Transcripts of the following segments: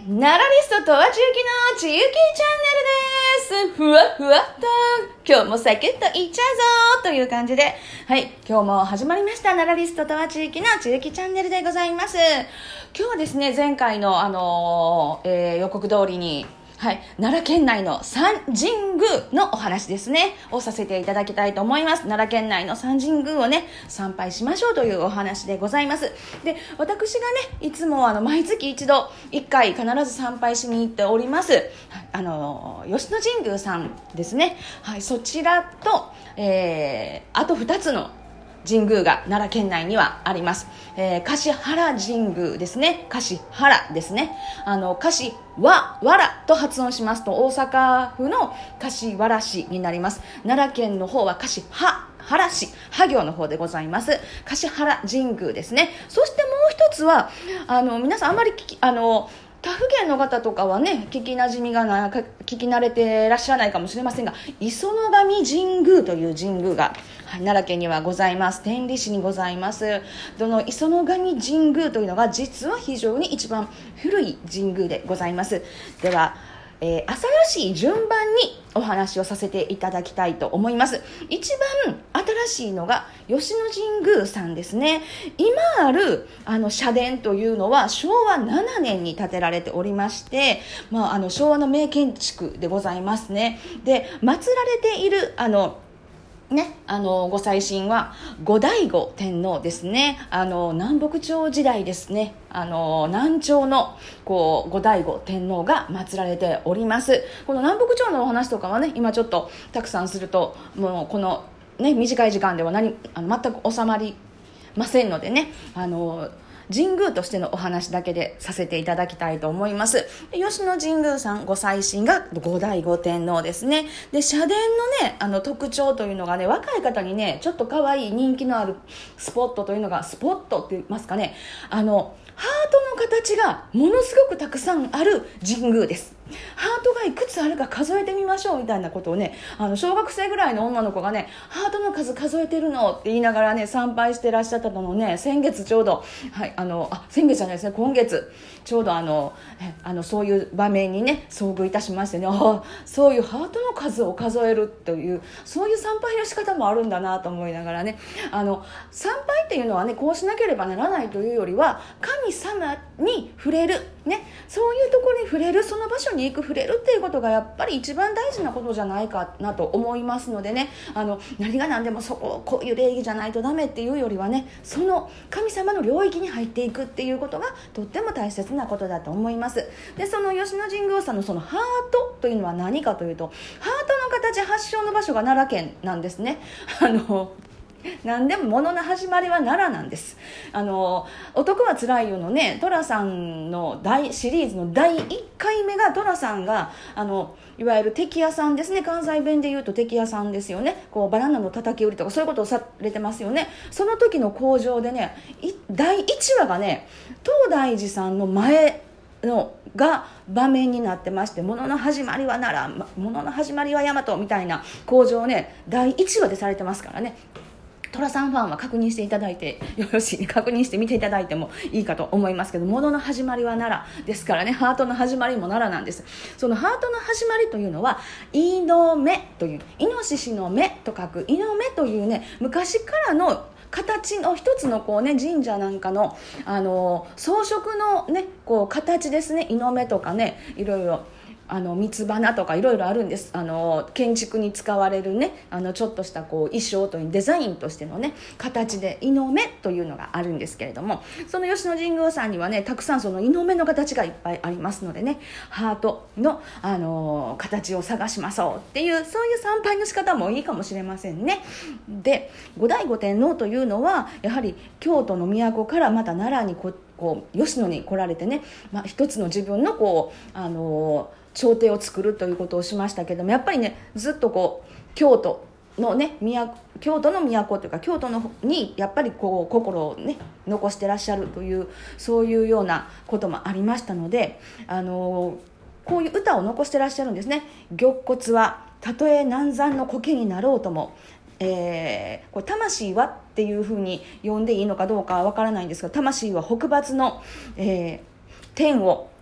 ナラリストとはちゆきのちゆきチャンネルです。ふわふわっと今日もサクッといっちゃうぞという感じで、はい、今日も始まりましたナラリストとはちゆきのちゆきチャンネルでございます。今日はですね、前回の予告通りに、はい、奈良県内の三神宮のお話ですねをさせていただきたいと思います。奈良県内の三神宮をね参拝しましょうというお話でございます。で、私がねいつも毎月一度1回必ず参拝しに行っております、吉野神宮さんですね。はい、そちらと、あと2つの神宮が奈良県内にはあります。橿原神宮ですね。橿原ですね。橿原と発音しますと大阪府の橿原市になります。奈良県の方は橿原市、は行の方でございます。橿原神宮ですね。そしてもう一つは皆さんあんまり他府県の方とかはね聞き慣れていらっしゃらないかもしれませんが、磯の神神宮という神宮が、奈良県にはございます。天理市にございます。どの磯の神神宮というのが実は非常に一番古い神宮でございます。では朝らしい順番にお話をさせていただきたいと思います。一番新しいのが吉野神宮さんですね。今ある社殿というのは昭和7年に建てられておりまして、昭和の名建築でございますね。で、祀られているご祭神は後醍醐天皇ですね。南北朝時代ですね。南朝の後醍醐天皇が祀られております。この南北朝のお話とかはね、今ちょっとたくさんするともうこのね短い時間では全く収まりませんのでね、神宮としてのお話だけでさせていただきたいと思います。吉野神宮さんご祭神が後醍醐天皇ですね。で、社殿のね特徴というのがね、若い方にねちょっと可愛い人気のあるスポットというのが、スポットって言いますかね、ハートの形がものすごくたくさんある神宮です。ハートがいくつあるか数えてみましょうみたいなことをね、小学生ぐらいの女の子がね、ハートの数数えてるのって言いながらね参拝してらっしゃったのをね、先月ちょうど、先月じゃないですね、今月ちょうどそういう場面にね遭遇いたしましてね、そういうハートの数を数えるというそういう参拝の仕方もあるんだなと思いながらね、参拝っていうのはねこうしなければならないというよりは、神様に触れるね、そういうところに触れる、その場所に触れるっていうことがやっぱり一番大事なことじゃないかなと思いますのでね、何が何でもそここういう礼儀じゃないとダメっていうよりはね、その神様の領域に入っていくっていうことがとっても大切なことだと思います。で、その吉野神宮さんのそのハートというのは何かというと、ハートの形発祥の場所が奈良県なんですね。何でも物の始まりは奈良なんです。男はつらいよのね、寅さんのシリーズの第1回目が寅さんがいわゆる敵屋さんですね。関西弁で言うと敵屋さんですよね。こうバナナの叩き売りとかそういうことをされてますよね。その時の工場でね、第1話がね東大寺さんの前のが場面になってまして、物の始まりは奈良、物の始まりは大和みたいな工場をね第1話でされてますからね。トラさんファンは確認していただいてよろしい、確認して見ていただいてもいいかと思いますけど、物の始まりは奈良ですからね、ハートの始まりも奈良なんです。そのハートの始まりというのはイノメという、イノシシの目と書くイノメというね、昔からの形の一つの神社なんかの、装飾のね形ですね。イノメとかね、いろいろ三つ花とかいろいろあるんです。建築に使われるねちょっとした衣装というデザインとしてのね形でイノメというのがあるんですけれども、その吉野神宮さんにはねたくさんそのイノメの形がいっぱいありますのでね、ハートの、形を探しましょうっていう、そういう参拝の仕方もいいかもしれませんね。で、後醍醐天皇というのはやはり京都の都からまた奈良に吉野に来られてね、一つの自分の朝廷を作るということをしましたけども、やっぱりねずっと京都の都というか京都のにやっぱり心をね残してらっしゃるという、そういうようなこともありましたので、こういう歌を残してらっしゃるんですね。玉骨はたとえ南山の苔になろうとも、これ魂はっていうふうに呼んでいいのかどうかはわからないんですが、魂は北伐の、天を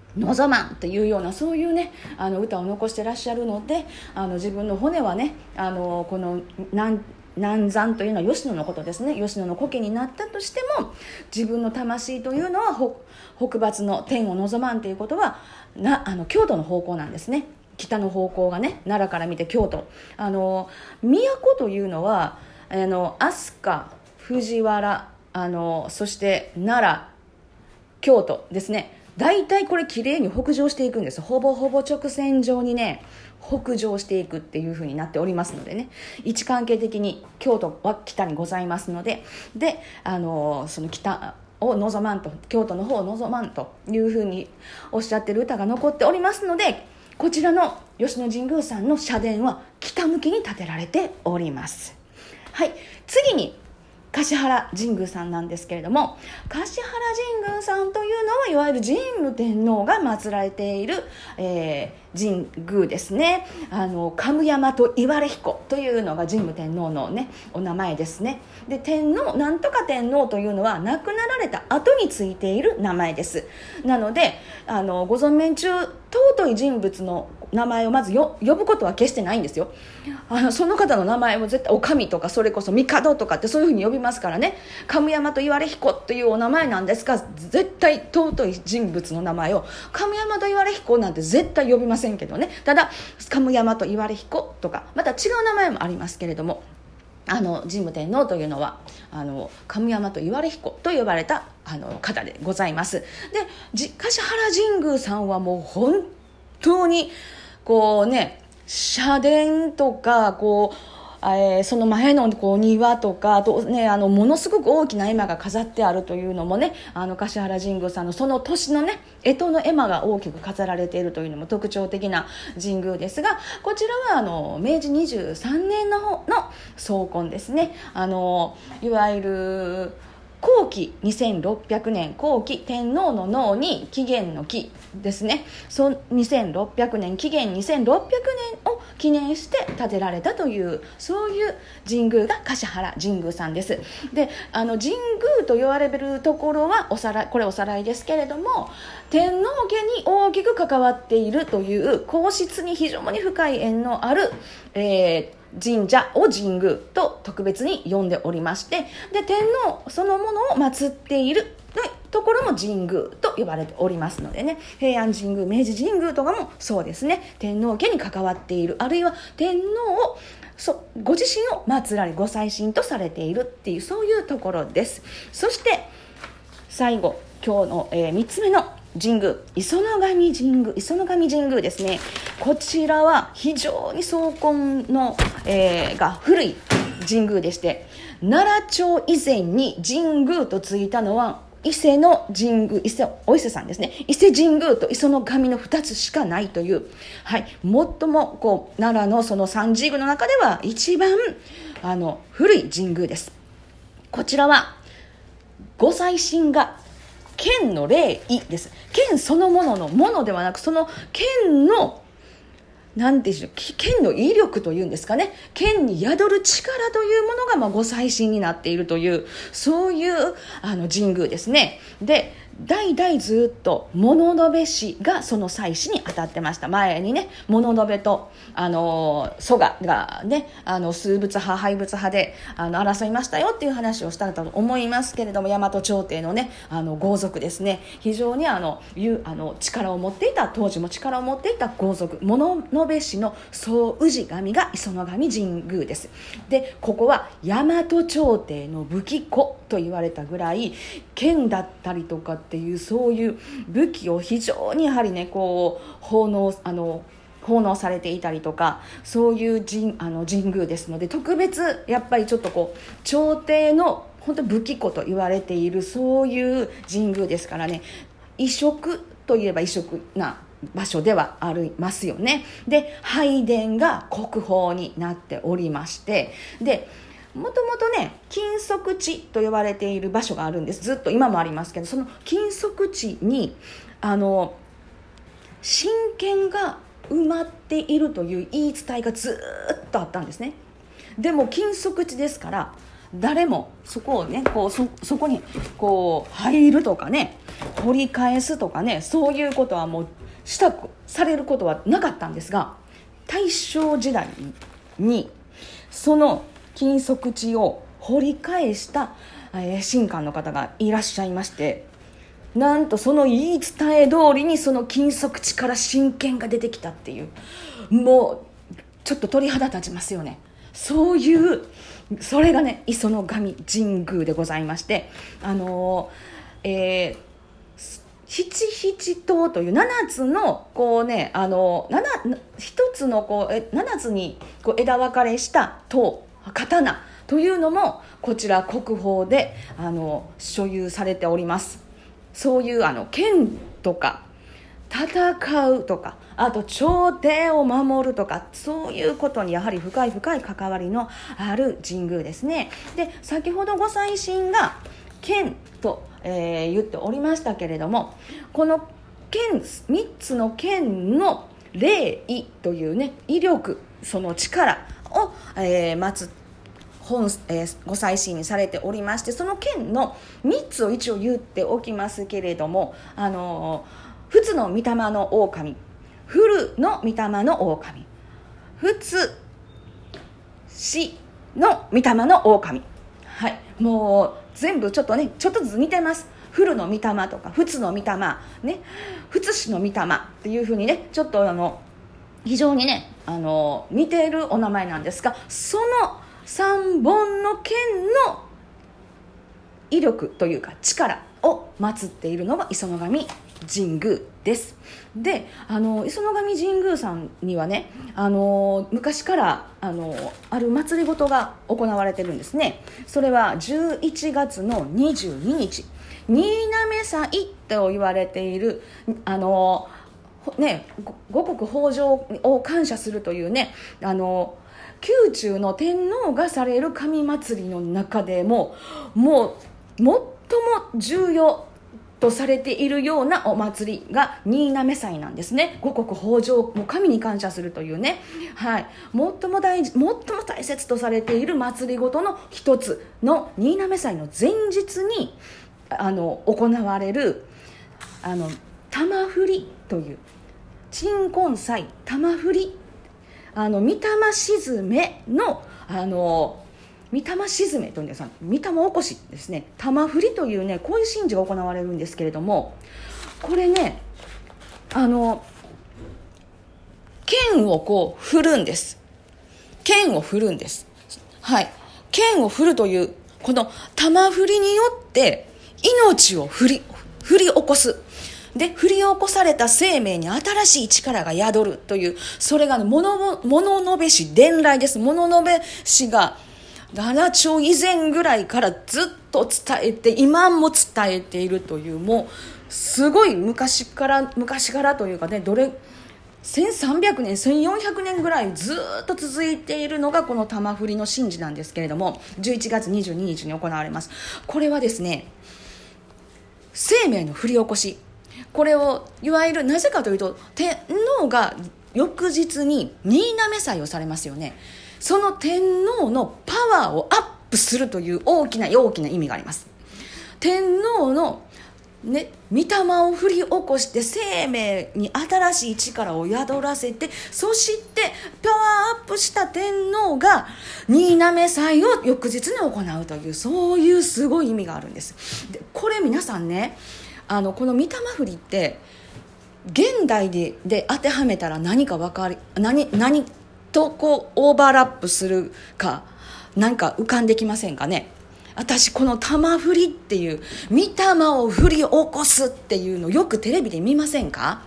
望まんというようなそういうね歌を残してらっしゃるので、自分の骨はねこの南山というのは吉野のことですね。吉野の苔になったとしても自分の魂というのは北伐の天を望まんということは京都の方向なんですね。北の方向がね、奈良から見て京都、都というのは飛鳥、藤原そして奈良、京都ですね。大体これ綺麗に北上していくんです。ほぼほぼ直線上にね北上していくっていう風になっておりますのでね、位置関係的に京都は北にございますので、その北を望まんと、京都の方を望まんという風におっしゃってる歌が残っておりますので、こちらの吉野神宮さんの社殿は北向きに建てられております。はい、次に橿原神宮さんなんですけれども、橿原神宮さんというのはいわゆる神武天皇が祀られている、神宮ですね。神山と岩出彦というのが神武天皇のねお名前ですね。で天皇なんとか天皇というのは亡くなられた後についている名前です。なのでご存命中尊い人物の名前をまず呼ぶことは決してないんですよ。その方の名前を絶対お上とかそれこそ帝とかってそういうふうに呼びますからね。神山と岩出彦というお名前なんですが、絶対尊い人物の名前を神山と岩出彦なんて絶対呼びませんけどね。ただ神山と岩出彦とかまた違う名前もありますけれども、神武天皇というのは神山と岩出彦と呼ばれた方でございます。で橿原神宮さんはもう本当にこうね社殿とかその前の庭とかあとねものすごく大きな絵馬が飾ってあるというのもね橿原神宮さんのその年のね干支の絵馬が大きく飾られているというのも特徴的な神宮ですが、こちらは明治23年の方の創建ですね。いわゆる後期2600年後期天皇の脳に紀元の紀ですね。2600年紀元2600年を記念して建てられたというそういう神宮が橿原神宮さんです。で神宮と言われるところはこれおさらいですけれども、天皇家に大きく関わっているという皇室に非常に深い縁のある、神社を神宮と特別に呼んでおりまして、で天皇そのものを祀っているところも神宮と呼ばれておりますのでね、平安神宮、明治神宮とかもそうですね、天皇家に関わっている、あるいは天皇をご自身を祀られご祭神とされているっていうそういうところです。そして最後今日の、3つ目の神宮、磯の神神宮ですね。こちらは非常に創建の、が古い神宮でして、奈良町以前に神宮とついたのは伊勢の神宮、お伊勢さんですね。伊勢神宮と磯の神の2つしかないという、はい、最も奈良のその三神宮の中では一番古い神宮です。こちらはご祭神が剣の霊位です。剣そのもののものではなく、その剣のなんていうんでしょう、剣の威力というんですかね、剣に宿る力というものがご祭神になっているというそういう神宮ですね。で代々ずっと物部氏がその祭祀に当たってました。前にね物部と蘇我がね数物派廃物派で争いましたよっていう話をしたと思いますけれども、大和朝廷のね豪族ですね、非常に力を持っていた、当時も力を持っていた豪族物部氏の総氏神が磯の神神宮です。でここは大和朝廷の武器庫と言われたぐらい、剣だったりとかっていうそういう武器を非常にやはりね奉納されていたりとか、そういう神宮ですので、特別やっぱりちょっと朝廷の本当武器庫と言われているそういう神宮ですからね、異色といえば異色な場所ではありますよね。で拝殿が国宝になっておりまして、でもともとね禁足地と呼ばれている場所があるんです。ずっと今もありますけど、その禁足地に神剣が埋まっているという言い伝えがずっとあったんですね。でも禁足地ですから誰もそこをねこう そこにこう入るとかね、掘り返すとかね、そういうことはもうされることはなかったんですが、大正時代にその禁足地を掘り返した、神官の方がいらっしゃいまして、なんとその言い伝え通りにその禁足地から神剣が出てきたっていう、もうちょっと鳥肌立ちますよね。そういうそれがね磯の神神宮でございまして、七七塔という7つのこうね一つのこう7つにこう枝分かれした塔刀というのもこちら国宝で所有されております。そういう剣とか戦うとか、あと朝廷を守るとか、そういうことにやはり深い関わりのある神宮ですね。で、先ほどご祭神が剣と、言っておりましたけれども、この剣3つの剣の霊威というね威力、その力を、ご祭神にされておりまして、その剣の3つを一応言っておきますけれども、仏の御霊の狼、古の御霊の狼、仏死の御霊の狼、はい、もう全部ちょっとずつ似てます。古の御霊とか仏の御霊ね、仏死の御霊っていう風にね、ちょっと非常にね似ているお名前なんですが、その3本の剣の威力というか力を祀っているのが磯の神神宮です。で、磯の神神宮さんにはね、昔からある祭りごとが行われてるんですね。それは11月の22日、新嘗祭と言われている五穀豊穣を感謝するというね、宮中の天皇がされる神祭りの中でも最も重要とされているようなお祭りが新嘗祭なんですね。五穀豊穣、もう神に感謝するというね、はい、最も大切とされている祭りごとの一つの新嘗祭の前日に行われる玉振りという鎮魂祭玉振り、御霊鎮めの御霊鎮めというんですか、御霊起こしですね、玉振りというね、こういう神事が行われるんですけれども、これね剣をこう振るんです。剣を振るんです。はい、剣を振るというこの玉振りによって命を振り起こす。で、振り起こされた生命に新しい力が宿るという、それが、ね、物部氏伝来です。物部氏が奈良町以前ぐらいからずっと伝えて、今も伝えているという、もうすごい昔からというかね、1300年1400年ぐらいずっと続いているのがこの玉振りの神事なんですけれども、11月22日に行われます。これはですね、生命の振り起こし、これをいわゆる、なぜかというと天皇が翌日に新嘗祭をされますよね。その天皇のパワーをアップするという大きな意味があります。天皇のね、御霊を振り起こして生命に新しい力を宿らせて、そしてパワーアップした天皇が新嘗祭を翌日に行うという、そういうすごい意味があるんです。で、これ皆さんね、この御霊振りって現代で当てはめたら何か何とこうオーバーラップするか、何か浮かんできませんかね。私この玉振りっていう御霊を振り起こすっていうのよくテレビで見ませんか。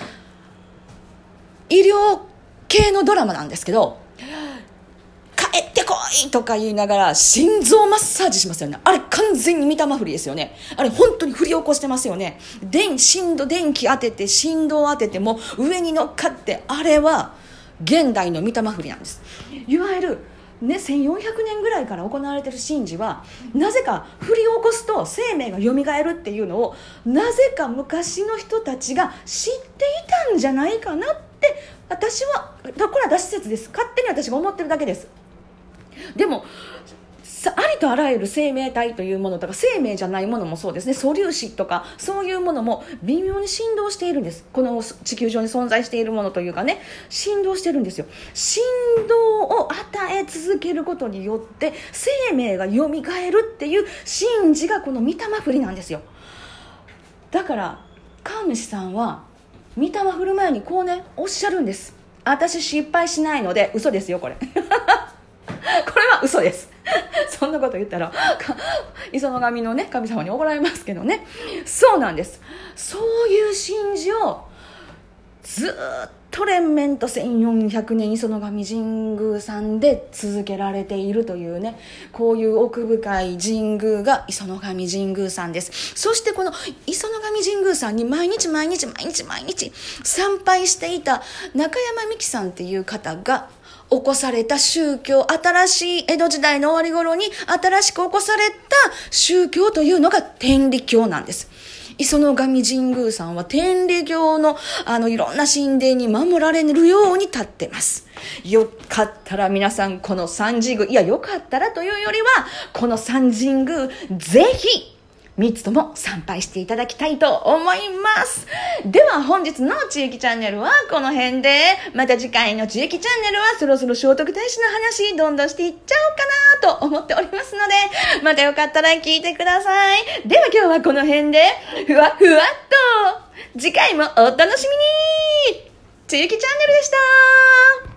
医療系のドラマなんですけど、帰ってこいとか言いながら心臓マッサージしますよね。あれ完全に御霊振りですよね。あれ本当に振り起こしてますよね。電気当てて振動を当てても上に乗っかって、あれは現代の御霊振りなんです。いわゆるね、1400年ぐらいから行われている神事は、なぜか振り起こすと生命がよみがえるっていうのを、なぜか昔の人たちが知っていたんじゃないかなって、私はこれは脱説です。勝手に私が思ってるだけです。でもありとあらゆる生命体というものとか、生命じゃないものもそうですね、素粒子とかそういうものも微妙に振動しているんです。この地球上に存在しているものというかね、振動してるんですよ。振動を与え続けることによって生命が蘇るっていう神事がこの御霊振りなんですよ。だから神主さんは御霊振る前にこうねおっしゃるんです。私失敗しないので、嘘ですよこれこれは嘘ですそんなこと言ったら磯の神のね神様に怒られますけどね。そうなんです。そういう神事をずっと連綿と1400年磯の神神宮さんで続けられているというね、こういう奥深い神宮が磯の神神宮さんです。そしてこの磯の神神宮さんに毎日参拝していた中山美紀さんっていう方が起こされた宗教、新しい江戸時代の終わり頃に新しく起こされた宗教というのが天理教なんです。磯の神神宮さんは天理教のいろんな神殿に守られるように立ってます。よかったら皆さんこの三神宮、いやよかったらというよりはこの三神宮ぜひ3つとも参拝していただきたいと思います。では本日のちゆきチャンネルはこの辺で、また次回のちゆきチャンネルはそろそろ聖徳太子の話どんどんしていっちゃおうかなと思っておりますので、またよかったら聞いてください。では今日はこの辺でふわふわっと、次回もお楽しみに。ちゆきチャンネルでした。